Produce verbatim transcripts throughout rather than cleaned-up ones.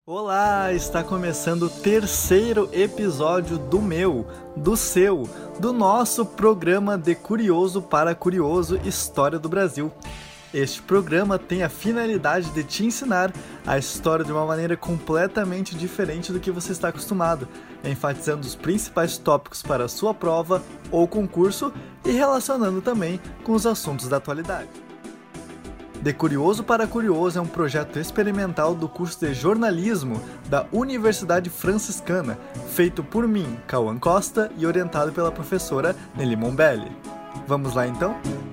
Olá, está começando o terceiro episódio do meu, do seu, do nosso programa de Curioso para Curioso História do Brasil. Este programa tem a finalidade de te ensinar a história de uma maneira completamente diferente do que você está acostumado, enfatizando os principais tópicos para a sua prova ou concurso e relacionando também com os assuntos da atualidade. De Curioso para Curioso é um projeto experimental do curso de jornalismo da Universidade Franciscana, feito por mim, Cauã Costa, e orientado pela professora Nelly Mombelli. Vamos lá então?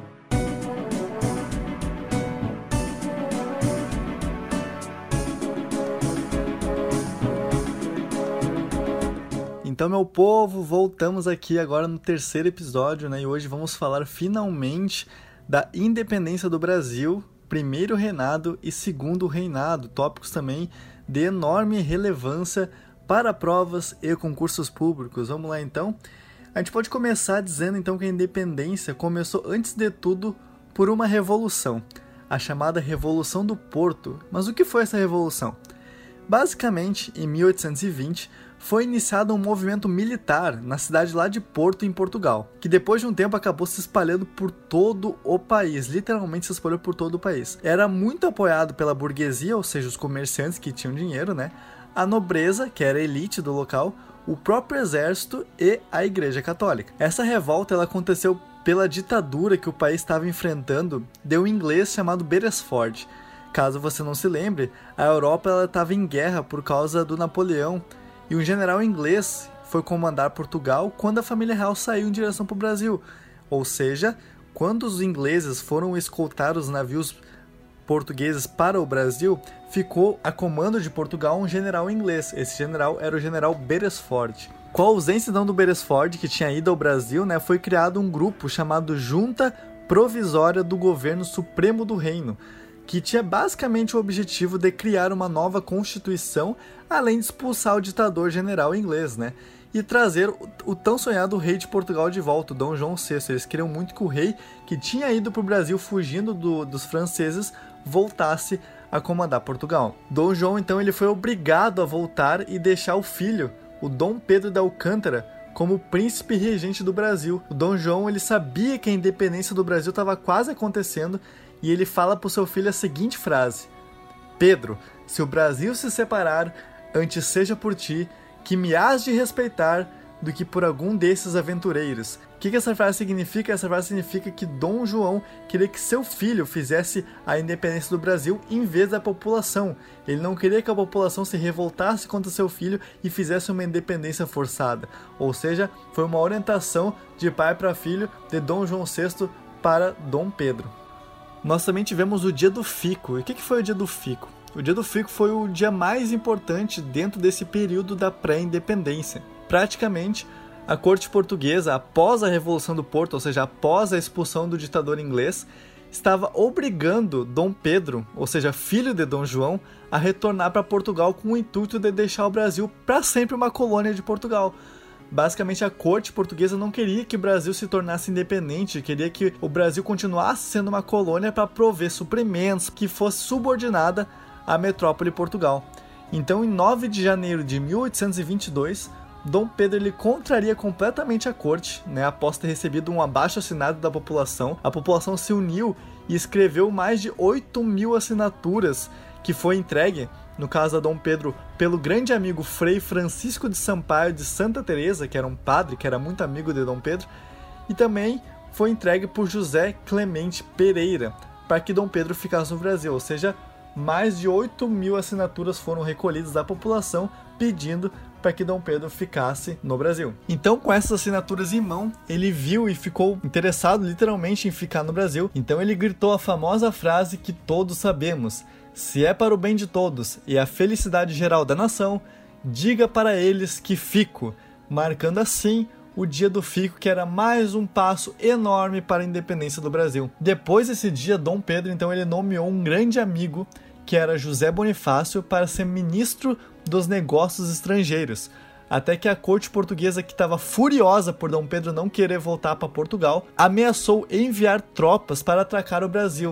Então, meu povo, voltamos aqui agora no terceiro episódio, né? E hoje vamos falar finalmente da independência do Brasil, primeiro reinado e segundo reinado, tópicos também de enorme relevância para provas e concursos públicos. Vamos lá então? A gente pode começar dizendo então que a independência começou antes de tudo por uma revolução, a chamada Revolução do Porto. Mas o que foi essa revolução? Basicamente, em mil oitocentos e vinte, foi iniciado um movimento militar na cidade lá de Porto, em Portugal, que depois de um tempo acabou se espalhando por todo o país, literalmente se espalhou por todo o país. Era muito apoiado pela burguesia, ou seja, os comerciantes que tinham dinheiro, né? A nobreza, que era a elite do local, o próprio exército e a Igreja Católica. Essa revolta ela aconteceu pela ditadura que o país estava enfrentando de um inglês chamado Beresford. Caso você não se lembre, a Europa estava em guerra por causa do Napoleão, e um general inglês foi comandar Portugal quando a família real saiu em direção para o Brasil. Ou seja, quando os ingleses foram escoltar os navios portugueses para o Brasil, ficou a comando de Portugal um general inglês. Esse general era o general Beresford. Com a ausência então, do Beresford, que tinha ido ao Brasil, né, foi criado um grupo chamado Junta Provisória do Governo Supremo do Reino, que tinha basicamente o objetivo de criar uma nova constituição, além de expulsar o ditador general inglês, né? E trazer o, o tão sonhado rei de Portugal de volta, o Dom João sexto. Eles queriam muito que o rei, que tinha ido para o Brasil fugindo do, dos franceses, voltasse a comandar Portugal. Dom João, então, ele foi obrigado a voltar e deixar o filho, o Dom Pedro de Alcântara, como príncipe regente do Brasil. O Dom João, ele sabia que a independência do Brasil estava quase acontecendo, e ele fala para o seu filho a seguinte frase: Pedro, se o Brasil se separar, antes seja por ti, que me hás de respeitar, do que por algum desses aventureiros. O que, que essa frase significa? Essa frase significa que Dom João queria que seu filho fizesse a independência do Brasil em vez da população. Ele não queria que a população se revoltasse contra seu filho e fizesse uma independência forçada. Ou seja, foi uma orientação de pai para filho de Dom João sexto para Dom Pedro. Nós também tivemos o Dia do Fico. E o que foi o Dia do Fico? O Dia do Fico foi o dia mais importante dentro desse período da pré-independência. Praticamente, a corte portuguesa, após a Revolução do Porto, ou seja, após a expulsão do ditador inglês, estava obrigando Dom Pedro, ou seja, filho de Dom João, a retornar para Portugal com o intuito de deixar o Brasil para sempre uma colônia de Portugal. Basicamente, a corte portuguesa não queria que o Brasil se tornasse independente, queria que o Brasil continuasse sendo uma colônia para prover suprimentos, que fosse subordinada à metrópole Portugal. Então, em nove de janeiro de mil oitocentos e vinte e dois, Dom Pedro ele contraria completamente a corte, né, após ter recebido um abaixo-assinado da população. A população se uniu e escreveu mais de oito mil assinaturas, que foi entregue, no caso a Dom Pedro, pelo grande amigo Frei Francisco de Sampaio de Santa Teresa, que era um padre, que era muito amigo de Dom Pedro, e também foi entregue por José Clemente Pereira, para que Dom Pedro ficasse no Brasil. Ou seja, mais de oito mil assinaturas foram recolhidas da população pedindo para que Dom Pedro ficasse no Brasil. Então, com essas assinaturas em mão, ele viu e ficou interessado literalmente em ficar no Brasil. Então ele gritou a famosa frase que todos sabemos: se é para o bem de todos e a felicidade geral da nação, diga para eles que fico, marcando assim o Dia do Fico, que era mais um passo enorme para a independência do Brasil. Depois desse dia, Dom Pedro, então, ele nomeou um grande amigo, que era José Bonifácio, para ser ministro dos negócios estrangeiros, até que a corte portuguesa, que estava furiosa por Dom Pedro não querer voltar para Portugal, ameaçou enviar tropas para atracar o Brasil.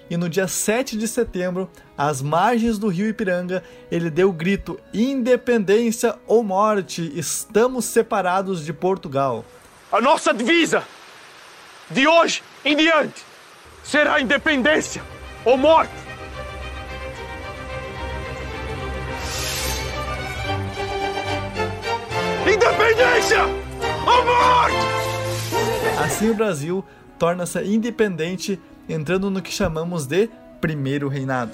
e no dia sete de setembro, às margens do rio Ipiranga, ele deu o grito: independência ou morte, estamos separados de Portugal. A nossa divisa, de hoje em diante, será independência ou morte. Independência ou morte! Assim o Brasil torna-se independente, entrando no que chamamos de Primeiro Reinado.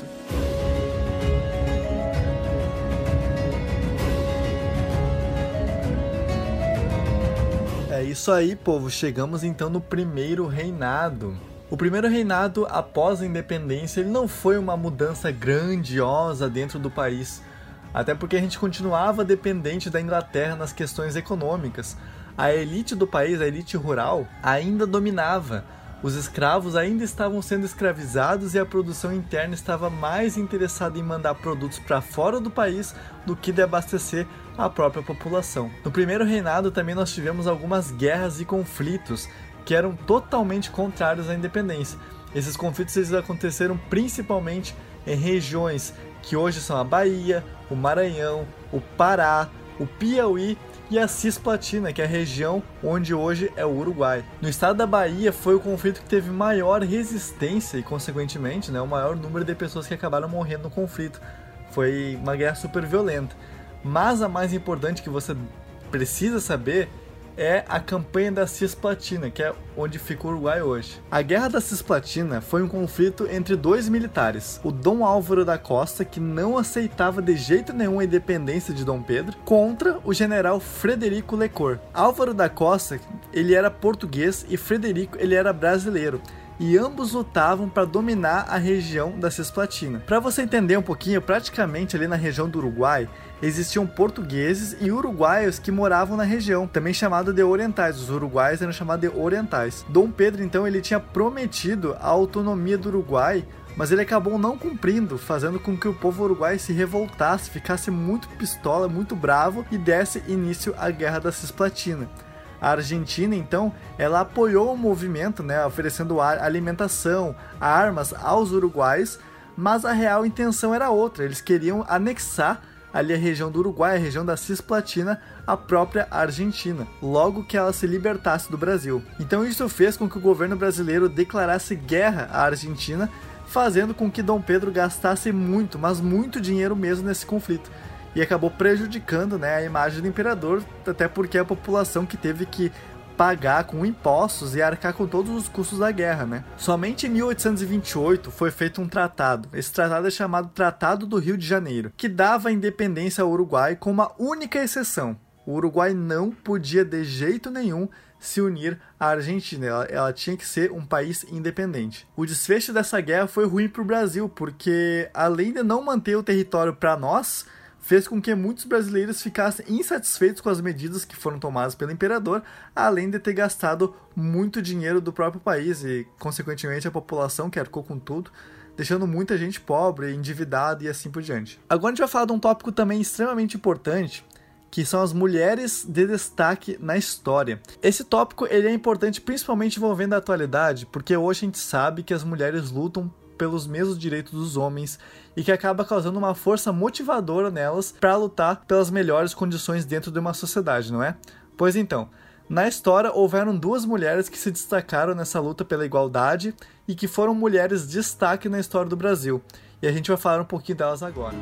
É isso aí, povo. Chegamos então no Primeiro Reinado. O Primeiro Reinado, após a independência, ele não foi uma mudança grandiosa dentro do país, até porque a gente continuava dependente da Inglaterra nas questões econômicas. A elite do país, a elite rural, ainda dominava. Os escravos ainda estavam sendo escravizados e a produção interna estava mais interessada em mandar produtos para fora do país do que de abastecer a própria população. No Primeiro Reinado também nós tivemos algumas guerras e conflitos que eram totalmente contrários à independência. Esses conflitos eles aconteceram principalmente em regiões que hoje são a Bahia, o Maranhão, o Pará, o Piauí e a Cisplatina, que é a região onde hoje é o Uruguai. No estado da Bahia foi o conflito que teve maior resistência e, consequentemente, né, o maior número de pessoas que acabaram morrendo no conflito. Foi uma guerra super violenta. Mas a mais importante que você precisa saber é a campanha da Cisplatina, que é onde fica o Uruguai hoje. A Guerra da Cisplatina foi um conflito entre dois militares, o Dom Álvaro da Costa, que não aceitava de jeito nenhum a independência de Dom Pedro, contra o general Frederico Lecor. Álvaro da Costa, ele era português e Frederico, ele era brasileiro. E ambos lutavam para dominar a região da Cisplatina. Para você entender um pouquinho, praticamente ali na região do Uruguai, existiam portugueses e uruguaios que moravam na região, também chamado de orientais. Os uruguaios eram chamados de orientais. Dom Pedro, então, ele tinha prometido a autonomia do Uruguai, mas ele acabou não cumprindo, fazendo com que o povo uruguaio se revoltasse, ficasse muito pistola, muito bravo e desse início à Guerra da Cisplatina. A Argentina, então, ela apoiou o movimento, né, oferecendo alimentação, armas aos uruguaios, mas a real intenção era outra. Eles queriam anexar ali a região do Uruguai, a região da Cisplatina, à própria Argentina, logo que ela se libertasse do Brasil. Então isso fez com que o governo brasileiro declarasse guerra à Argentina, fazendo com que Dom Pedro gastasse muito, mas muito dinheiro mesmo nesse conflito. E acabou prejudicando, né, a imagem do imperador, até porque a população que teve que pagar com impostos e arcar com todos os custos da guerra, né? Somente em mil oitocentos e vinte e oito foi feito um tratado. Esse tratado é chamado Tratado do Rio de Janeiro, que dava a independência ao Uruguai com uma única exceção. O Uruguai não podia de jeito nenhum se unir à Argentina, ela, ela tinha que ser um país independente. O desfecho dessa guerra foi ruim para o Brasil, porque além de não manter o território para nós, fez com que muitos brasileiros ficassem insatisfeitos com as medidas que foram tomadas pelo imperador, além de ter gastado muito dinheiro do próprio país e, consequentemente, a população que arcou com tudo, deixando muita gente pobre, endividada e assim por diante. Agora a gente vai falar de um tópico também extremamente importante, que são as mulheres de destaque na história. Esse tópico ele é importante principalmente envolvendo a atualidade, porque hoje a gente sabe que as mulheres lutam pelos mesmos direitos dos homens e que acaba causando uma força motivadora nelas para lutar pelas melhores condições dentro de uma sociedade, não é? Pois então, na história houveram duas mulheres que se destacaram nessa luta pela igualdade e que foram mulheres de destaque na história do Brasil, e a gente vai falar um pouquinho delas agora.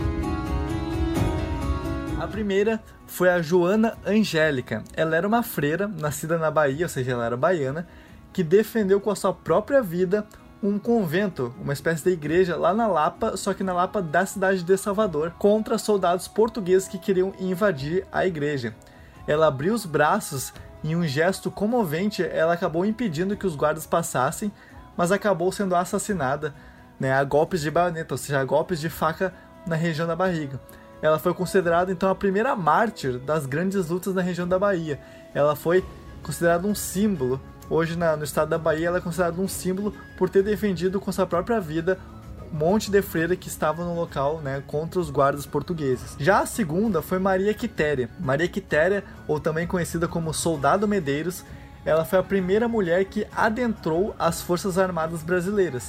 A primeira foi a Joana Angélica. Ela era uma freira, nascida na Bahia, ou seja, ela era baiana, que defendeu com a sua própria vida um convento, uma espécie de igreja lá na Lapa, só que na Lapa da cidade de Salvador, contra soldados portugueses que queriam invadir a igreja. Ela abriu os braços e em um gesto comovente ela acabou impedindo que os guardas passassem, mas acabou sendo assassinada, né, a golpes de baioneta, ou seja, a golpes de faca na região da barriga. Ela foi considerada então a primeira mártir das grandes lutas na região da Bahia. Ela foi considerada um símbolo. Hoje na, no estado da Bahia ela é considerada um símbolo por ter defendido com sua própria vida um monte de freira que estavam no local, né, contra os guardas portugueses. Já a segunda foi Maria Quitéria. Maria Quitéria, ou também conhecida como Soldado Medeiros, ela foi a primeira mulher que adentrou as Forças Armadas Brasileiras.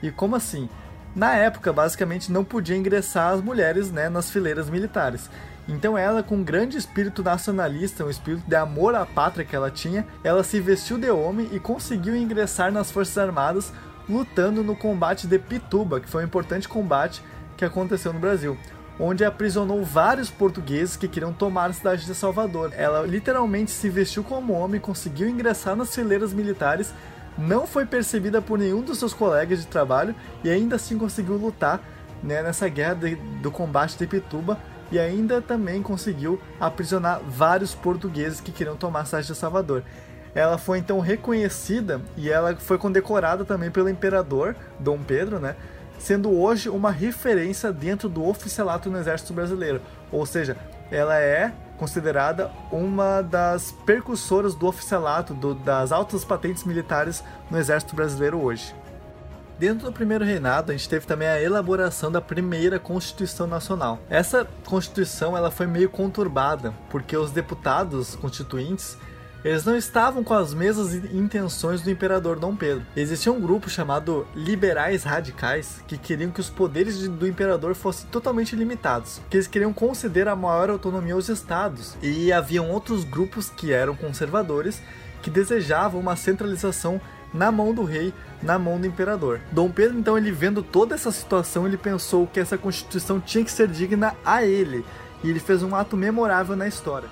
E como assim? Na época, basicamente, não podia ingressar as mulheres, né, nas fileiras militares. Então ela, com um grande espírito nacionalista, um espírito de amor à pátria que ela tinha, ela se vestiu de homem e conseguiu ingressar nas Forças Armadas, lutando no combate de Pituba, que foi um importante combate que aconteceu no Brasil, onde aprisionou vários portugueses que queriam tomar a cidade de Salvador. Ela literalmente se vestiu como homem, conseguiu ingressar nas fileiras militares, não foi percebida por nenhum dos seus colegas de trabalho e ainda assim conseguiu lutar, né, nessa guerra de, do combate de Pituba, e ainda também conseguiu aprisionar vários portugueses que queriam tomar a cidade de Salvador. Ela foi então reconhecida e ela foi condecorada também pelo imperador Dom Pedro, né, sendo hoje uma referência dentro do oficialato no Exército Brasileiro. Ou seja, ela é considerada uma das percursoras do oficialato, do, das altas patentes militares no Exército Brasileiro hoje. Dentro do primeiro reinado, a gente teve também a elaboração da primeira Constituição Nacional. Essa Constituição ela foi meio conturbada, porque os deputados constituintes eles não estavam com as mesmas intenções do imperador Dom Pedro. Existia um grupo chamado Liberais Radicais que queriam que os poderes de, do imperador fossem totalmente limitados, que eles queriam conceder a maior autonomia aos estados. E haviam outros grupos que eram conservadores que desejavam uma centralização na mão do rei, na mão do imperador. Dom Pedro, então, ele vendo toda essa situação, ele pensou que essa Constituição tinha que ser digna a ele, e ele fez um ato memorável na história.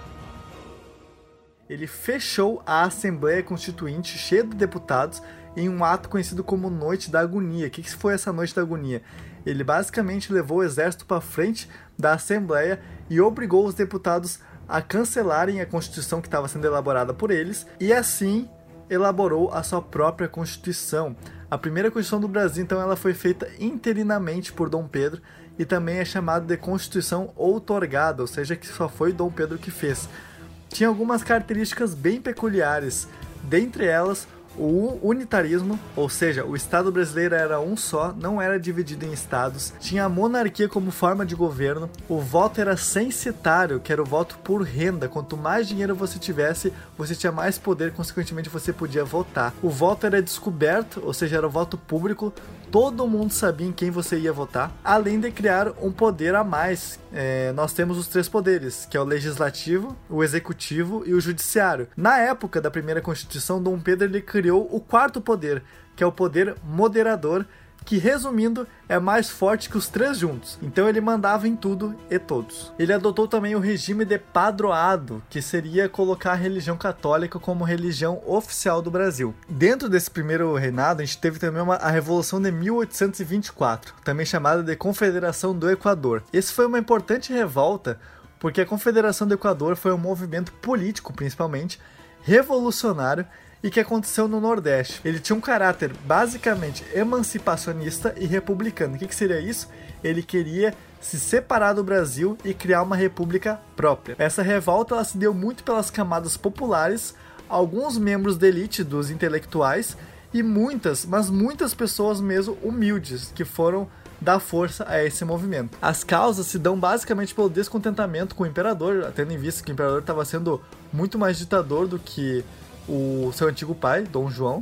Ele fechou a Assembleia Constituinte, cheia de deputados, em um ato conhecido como Noite da Agonia. O que foi essa Noite da Agonia? Ele basicamente levou o exército para frente da Assembleia e obrigou os deputados a cancelarem a Constituição que estava sendo elaborada por eles, e assim elaborou a sua própria Constituição. A primeira Constituição do Brasil, então, ela foi feita interinamente por Dom Pedro e também é chamada de Constituição outorgada, ou seja, que só foi Dom Pedro que fez. Tinha algumas características bem peculiares, dentre elas o unitarismo, ou seja, o Estado brasileiro era um só, não era dividido em estados, tinha a monarquia como forma de governo, o voto era censitário, que era o voto por renda, quanto mais dinheiro você tivesse, você tinha mais poder, consequentemente você podia votar. O voto era descoberto, ou seja, era o voto público, todo mundo sabia em quem você ia votar, além de criar um poder a mais. É, nós temos os três poderes, que é o legislativo, o executivo e o judiciário. Na época da primeira Constituição, Dom Pedro ele criou o quarto poder, que é o poder moderador, que, resumindo, é mais forte que os três juntos. Então ele mandava em tudo e todos. Ele adotou também o regime de padroado, que seria colocar a religião católica como religião oficial do Brasil. Dentro desse primeiro reinado, a gente teve também uma, a Revolução de mil oitocentos e vinte e quatro, também chamada de Confederação do Equador. Esse foi uma importante revolta, porque a Confederação do Equador foi um movimento político, principalmente, revolucionário, e que aconteceu no Nordeste. Ele tinha um caráter basicamente emancipacionista e republicano. O que, que seria isso? Ele queria se separar do Brasil e criar uma república própria. Essa revolta ela se deu muito pelas camadas populares, alguns membros da elite dos intelectuais e muitas, mas muitas pessoas mesmo humildes que foram dar força a esse movimento. As causas se dão basicamente pelo descontentamento com o imperador, tendo em vista que o imperador estava sendo muito mais ditador do que o seu antigo pai, Dom João,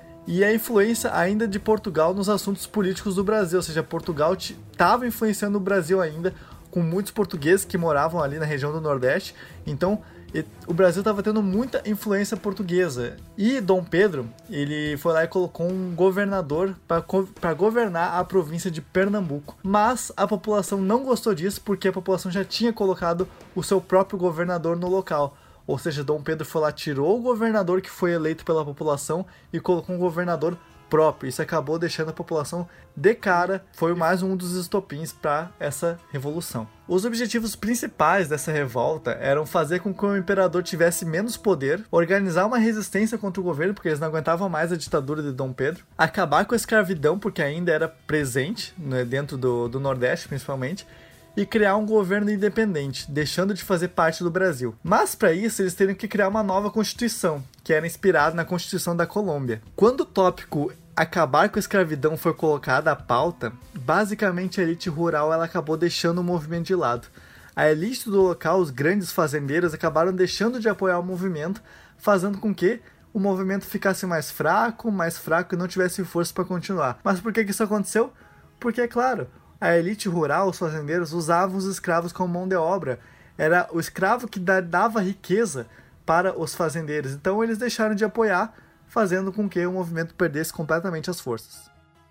e a influência ainda de Portugal nos assuntos políticos do Brasil, ou seja, Portugal estava influenciando o Brasil ainda, com muitos portugueses que moravam ali na região do Nordeste, então o Brasil estava tendo muita influência portuguesa. E Dom Pedro, ele foi lá e colocou um governador para governar a província de Pernambuco, mas a população não gostou disso, porque a população já tinha colocado o seu próprio governador no local. Ou seja, Dom Pedro foi lá, tirou o governador que foi eleito pela população e colocou um governador próprio. Isso acabou deixando a população de cara. Foi mais um dos estopins para essa revolução. Os objetivos principais dessa revolta eram fazer com que o imperador tivesse menos poder, organizar uma resistência contra o governo, porque eles não aguentavam mais a ditadura de Dom Pedro, acabar com a escravidão, porque ainda era presente, né, dentro do, do Nordeste principalmente, e criar um governo independente, deixando de fazer parte do Brasil. Mas para isso eles teriam que criar uma nova Constituição, que era inspirada na Constituição da Colômbia. Quando o tópico acabar com a escravidão foi colocado à pauta, basicamente a elite rural ela acabou deixando o movimento de lado. A elite do local, os grandes fazendeiros, acabaram deixando de apoiar o movimento, fazendo com que o movimento ficasse mais fraco, mais fraco e não tivesse força para continuar. Mas por que que isso aconteceu? Porque, é claro, a elite rural, os fazendeiros, usavam os escravos como mão de obra. Era o escravo que dava riqueza para os fazendeiros. Então eles deixaram de apoiar, fazendo com que o movimento perdesse completamente as forças.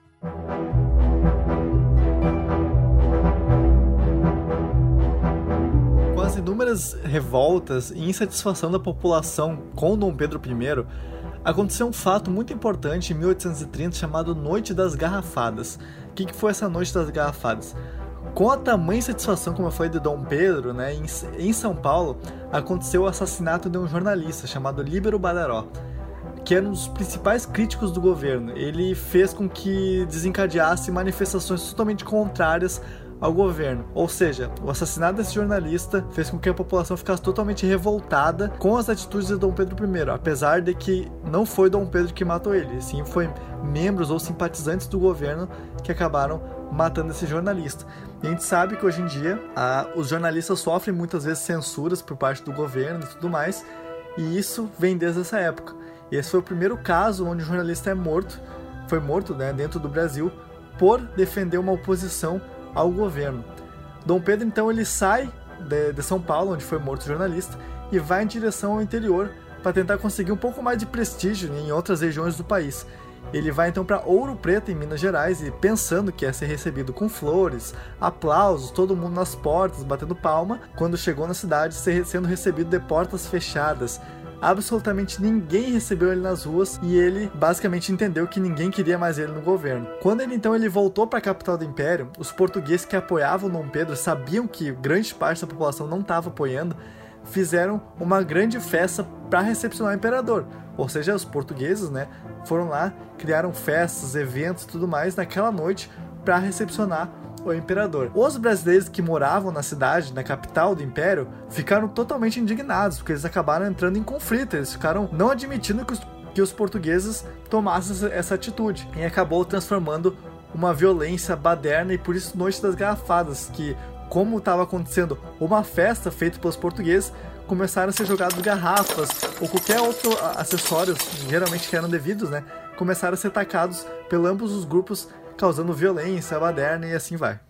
Com as inúmeras revoltas e insatisfação da população com Dom Pedro I, aconteceu um fato muito importante em mil oitocentos e trinta chamado Noite das Garrafadas. O que foi essa Noite das Garrafadas? Com a tamanha insatisfação, como eu falei, de Dom Pedro, né, em, em São Paulo, aconteceu o assassinato de um jornalista chamado Líbero Badaró, que era um dos principais críticos do governo. Ele fez com que desencadeasse manifestações totalmente contrárias ao governo. Ou seja, o assassinato desse jornalista fez com que a população ficasse totalmente revoltada com as atitudes de Dom Pedro I, apesar de que não foi Dom Pedro que matou ele, sim foi membros ou simpatizantes do governo que acabaram matando esse jornalista. E a gente sabe que hoje em dia a, os jornalistas sofrem muitas vezes censuras por parte do governo e tudo mais, e isso vem desde essa época. E esse foi o primeiro caso onde um jornalista é morto, foi morto, né, dentro do Brasil, por defender uma oposição ao governo. Dom Pedro, então, ele sai de, de São Paulo, onde foi morto o jornalista, e vai em direção ao interior para tentar conseguir um pouco mais de prestígio em outras regiões do país. Ele vai então para Ouro Preto, em Minas Gerais, e pensando que ia ser recebido com flores, aplausos, todo mundo nas portas, batendo palma, quando chegou na cidade, sendo recebido de portas fechadas. Absolutamente ninguém recebeu ele nas ruas e ele basicamente entendeu que ninguém queria mais ele no governo. Quando ele então ele voltou para a capital do Império, os portugueses que apoiavam Dom Pedro sabiam que grande parte da população não estava apoiando, fizeram uma grande festa para recepcionar o imperador. Ou seja, os portugueses, né, foram lá, criaram festas, eventos e tudo mais naquela noite para recepcionar o imperador. Os brasileiros que moravam na cidade, na capital do Império, ficaram totalmente indignados, porque eles acabaram entrando em conflito, eles ficaram não admitindo que os, que os portugueses tomassem essa, essa atitude, e acabou transformando uma violência baderna, e por isso Noite das Garrafadas, que, como estava acontecendo uma festa feita pelos portugueses, começaram a ser jogadas garrafas, ou qualquer outro acessórios, geralmente que eram devidos, né, começaram a ser atacados por ambos os grupos, causando violência, baderna e assim vai.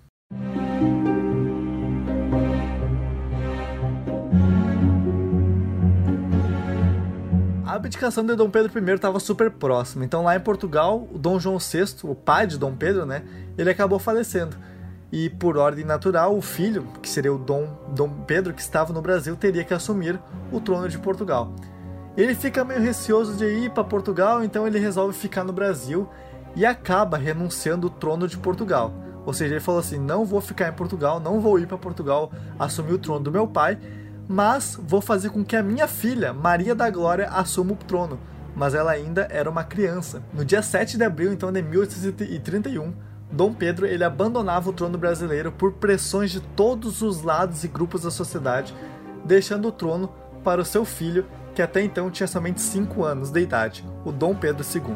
A abdicação de Dom Pedro I estava super próxima, então lá em Portugal, o Dom João sexto, o pai de Dom Pedro, né, ele acabou falecendo. E por ordem natural, o filho, que seria o Dom, Dom Pedro, que estava no Brasil, teria que assumir o trono de Portugal. Ele fica meio receoso de ir para Portugal, então ele resolve ficar no Brasil e acaba renunciando o trono de Portugal. Ou seja, ele falou assim, não vou ficar em Portugal, não vou ir para Portugal assumir o trono do meu pai, mas vou fazer com que a minha filha, Maria da Glória, assuma o trono. Mas ela ainda era uma criança. No dia sete de abril, então, de mil oitocentos e trinta e um, Dom Pedro ele abandonava o trono brasileiro por pressões de todos os lados e grupos da sociedade, deixando o trono para o seu filho, que até então tinha somente cinco anos de idade, o Dom Pedro segundo.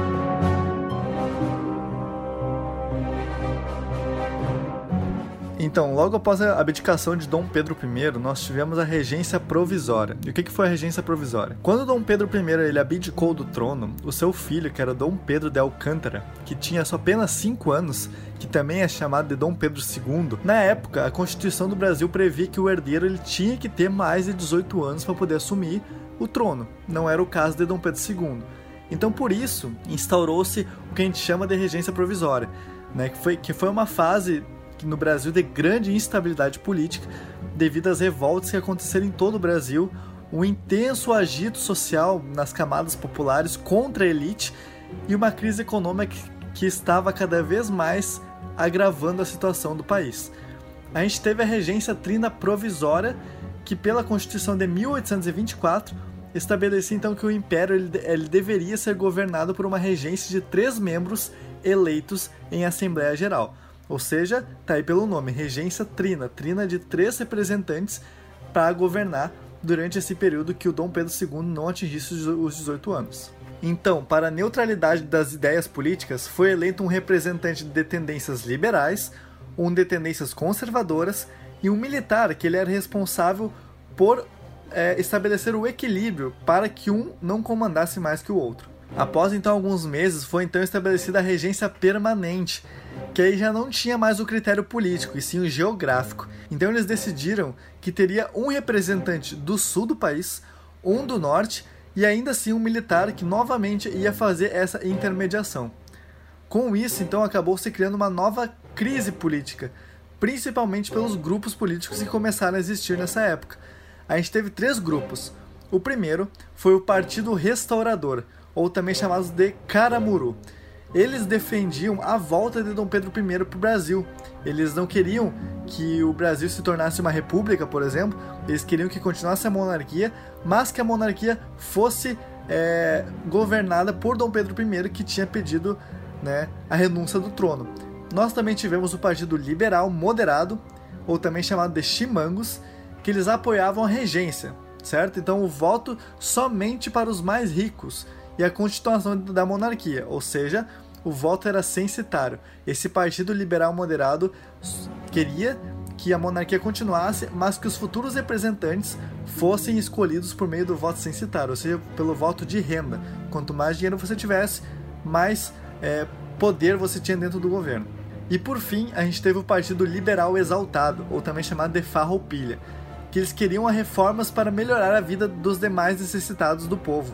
Então, logo após a abdicação de Dom Pedro I, nós tivemos a regência provisória. E o que foi a regência provisória? Quando Dom Pedro I ele abdicou do trono, o seu filho, que era Dom Pedro de Alcântara, que tinha só apenas cinco anos, que também é chamado de Dom Pedro segundo, na época, a Constituição do Brasil previa que o herdeiro ele tinha que ter mais de dezoito anos para poder assumir o trono. Não era o caso de Dom Pedro segundo. Então, por isso, instaurou-se o que a gente chama de regência provisória, né? que, foi, que foi uma fase no Brasil de grande instabilidade política devido às revoltas que aconteceram em todo o Brasil, um intenso agito social nas camadas populares contra a elite e uma crise econômica que estava cada vez mais agravando a situação do país. A gente teve a regência trina provisória, que pela Constituição de mil oitocentos e vinte e quatro estabelecia então que o Império ele, ele deveria ser governado por uma regência de três membros eleitos em Assembleia Geral. Ou seja, tá aí pelo nome, regência trina, trina de três representantes para governar durante esse período que o Dom Pedro segundo não atingisse os dezoito anos. Então, para a neutralidade das ideias políticas, foi eleito um representante de tendências liberais, um de tendências conservadoras e um militar, que ele era responsável por é, estabelecer o equilíbrio para que um não comandasse mais que o outro. Após então alguns meses, foi então estabelecida a regência permanente, que aí já não tinha mais o critério político, e sim o geográfico. Então eles decidiram que teria um representante do sul do país, um do norte, e ainda assim um militar que novamente ia fazer essa intermediação. Com isso, então, acabou se criando uma nova crise política, principalmente pelos grupos políticos que começaram a existir nessa época. A gente teve três grupos. O primeiro foi o Partido Restaurador, ou também chamados de Caramuru. Eles defendiam a volta de Dom Pedro I para o Brasil. Eles não queriam que o Brasil se tornasse uma república, por exemplo. Eles queriam que continuasse a monarquia, mas que a monarquia fosse é, governada por Dom Pedro I, que tinha pedido, né, a renúncia do trono. Nós também tivemos o Partido Liberal Moderado, ou também chamado de Chimangos, que eles apoiavam a regência, certo? Então o voto somente para os mais ricos e a continuação da monarquia, ou seja, o voto era censitário. Esse Partido Liberal Moderado queria que a monarquia continuasse, mas que os futuros representantes fossem escolhidos por meio do voto censitário, ou seja, pelo voto de renda. Quanto mais dinheiro você tivesse, mais é, poder você tinha dentro do governo. E por fim, a gente teve o Partido Liberal Exaltado, ou também chamado de Farroupilha, que eles queriam reformas para melhorar a vida dos demais necessitados do povo.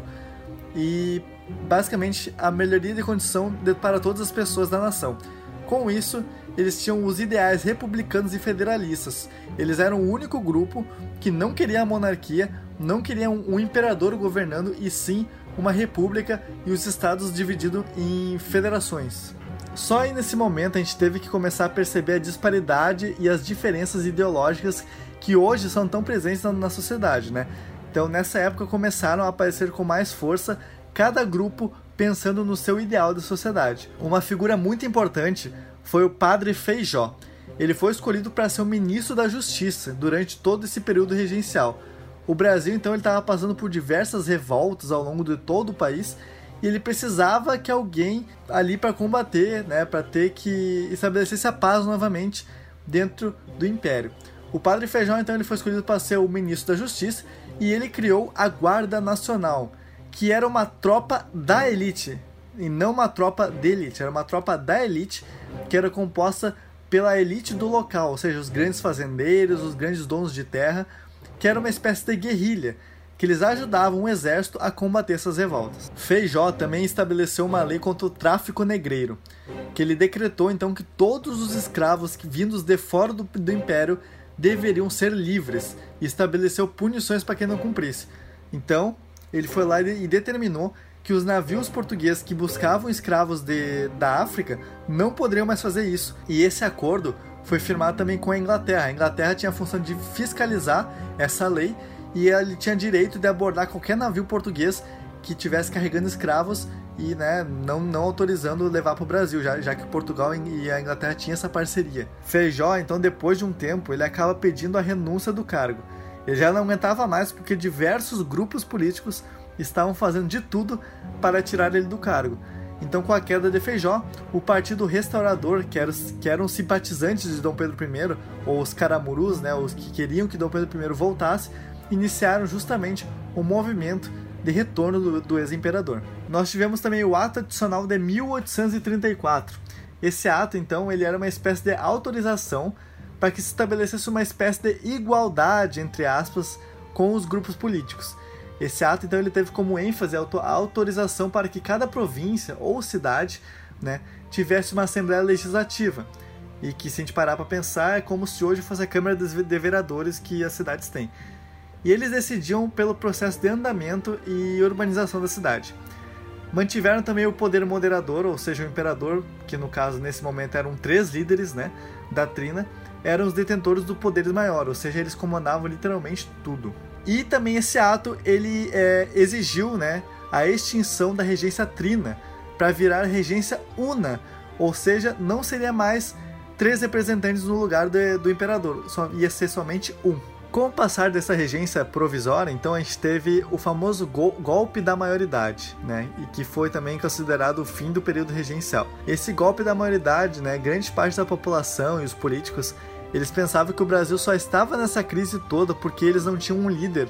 E basicamente a melhoria de condição de, para todas as pessoas da nação. Com isso, eles tinham os ideais republicanos e federalistas. Eles eram o único grupo que não queria a monarquia, não queria um, um imperador governando, e sim uma república e os estados divididos em federações. Só aí nesse momento a gente teve que começar a perceber a disparidade e as diferenças ideológicas que hoje são tão presentes na, na sociedade, né? Então nessa época começaram a aparecer com mais força cada grupo pensando no seu ideal de sociedade. Uma figura muito importante foi o Padre Feijó. Ele foi escolhido para ser o ministro da Justiça durante todo esse período regencial. O Brasil então ele estava passando por diversas revoltas ao longo de todo o país, e ele precisava que alguém ali para combater, né, para ter que estabelecesse a paz novamente dentro do Império. O Padre Feijó então ele foi escolhido para ser o ministro da Justiça, e ele criou a Guarda Nacional, que era uma tropa da elite, e não uma tropa de elite, era uma tropa da elite, que era composta pela elite do local, ou seja, os grandes fazendeiros, os grandes donos de terra, que era uma espécie de guerrilha, que eles ajudavam o exército a combater essas revoltas. Feijó também estabeleceu uma lei contra o tráfico negreiro, que ele decretou então que todos os escravos vindos de fora do, do império deveriam ser livres, e estabeleceu punições para quem não cumprisse. Então, ele foi lá e determinou que os navios portugueses que buscavam escravos de, da África não poderiam mais fazer isso. E esse acordo foi firmado também com a Inglaterra. A Inglaterra tinha a função de fiscalizar essa lei, e ele tinha direito de abordar qualquer navio português que estivesse carregando escravos e, né, não, não autorizando levar para o Brasil, já, já que Portugal e a Inglaterra tinham essa parceria. Feijó, então, depois de um tempo, ele acaba pedindo a renúncia do cargo. Ele já não aguentava mais porque diversos grupos políticos estavam fazendo de tudo para tirar ele do cargo. Então, com a queda de Feijó, o Partido Restaurador, que eram, que eram simpatizantes de Dom Pedro I, ou os Caramurus, né, os que queriam que Dom Pedro I voltasse, iniciaram justamente o movimento de retorno do, do ex-imperador. Nós tivemos também o Ato Adicional de mil oitocentos e trinta e quatro. Esse ato, então, ele era uma espécie de autorização para que se estabelecesse uma espécie de igualdade, entre aspas, com os grupos políticos. Esse ato, então, ele teve como ênfase a autorização para que cada província ou cidade, né, tivesse uma Assembleia Legislativa. E que, se a gente parar para pensar, é como se hoje fosse a Câmara de Vereadores que as cidades têm. E eles decidiam pelo processo de andamento e urbanização da cidade. Mantiveram também o poder moderador, ou seja, o imperador, que no caso, nesse momento, eram três líderes, né, da trina, eram os detentores do poder maior, ou seja, eles comandavam literalmente tudo. E também esse ato ele é, exigiu, né, a extinção da regência trina para virar regência una, ou seja, não seria mais três representantes no lugar de, do imperador, só, ia ser somente um. Com o passar dessa regência provisória, então a gente teve o famoso go- golpe da maioridade, né, e que foi também considerado o fim do período regencial. Esse golpe da maioridade, né, grande parte da população e os políticos, eles pensavam que o Brasil só estava nessa crise toda porque eles não tinham um líder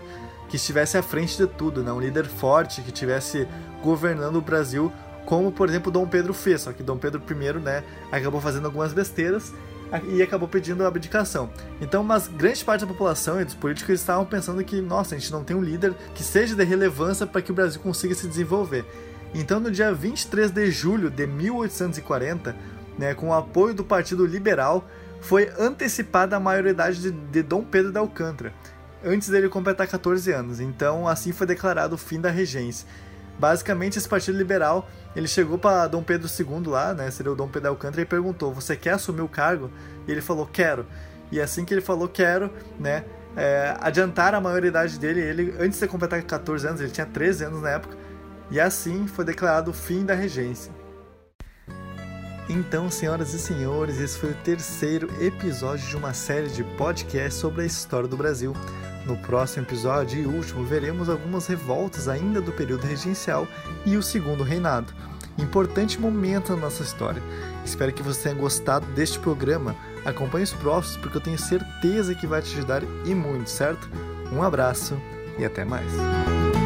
que estivesse à frente de tudo, né? Um líder forte que estivesse governando o Brasil, como, por exemplo, Dom Pedro fez, só que Dom Pedro I, né, acabou fazendo algumas besteiras e acabou pedindo a abdicação. Então, uma grande parte da população e dos políticos estavam pensando que, nossa, a gente não tem um líder que seja de relevância para que o Brasil consiga se desenvolver. Então, no dia vinte e três de julho de mil oitocentos e quarenta, né, com o apoio do Partido Liberal, foi antecipada a maioridade de, de Dom Pedro de Alcântara, antes dele completar catorze anos. Então, assim foi declarado o fim da regência. Basicamente, esse Partido Liberal, ele chegou para Dom Pedro segundo lá, né, seria o Dom Pedro de Alcântara, e perguntou: você quer assumir o cargo? E ele falou: quero. E assim que ele falou quero, né, é, adiantaram a maioridade dele. Ele, antes de completar catorze anos, ele tinha treze anos na época, e assim foi declarado o fim da regência. Então, senhoras e senhores, esse foi o terceiro episódio de uma série de podcasts sobre a história do Brasil. No próximo episódio e último, veremos algumas revoltas ainda do período regencial e o segundo reinado. Importante momento na nossa história. Espero que você tenha gostado deste programa. Acompanhe os próximos, porque eu tenho certeza que vai te ajudar e muito, certo? Um abraço e até mais.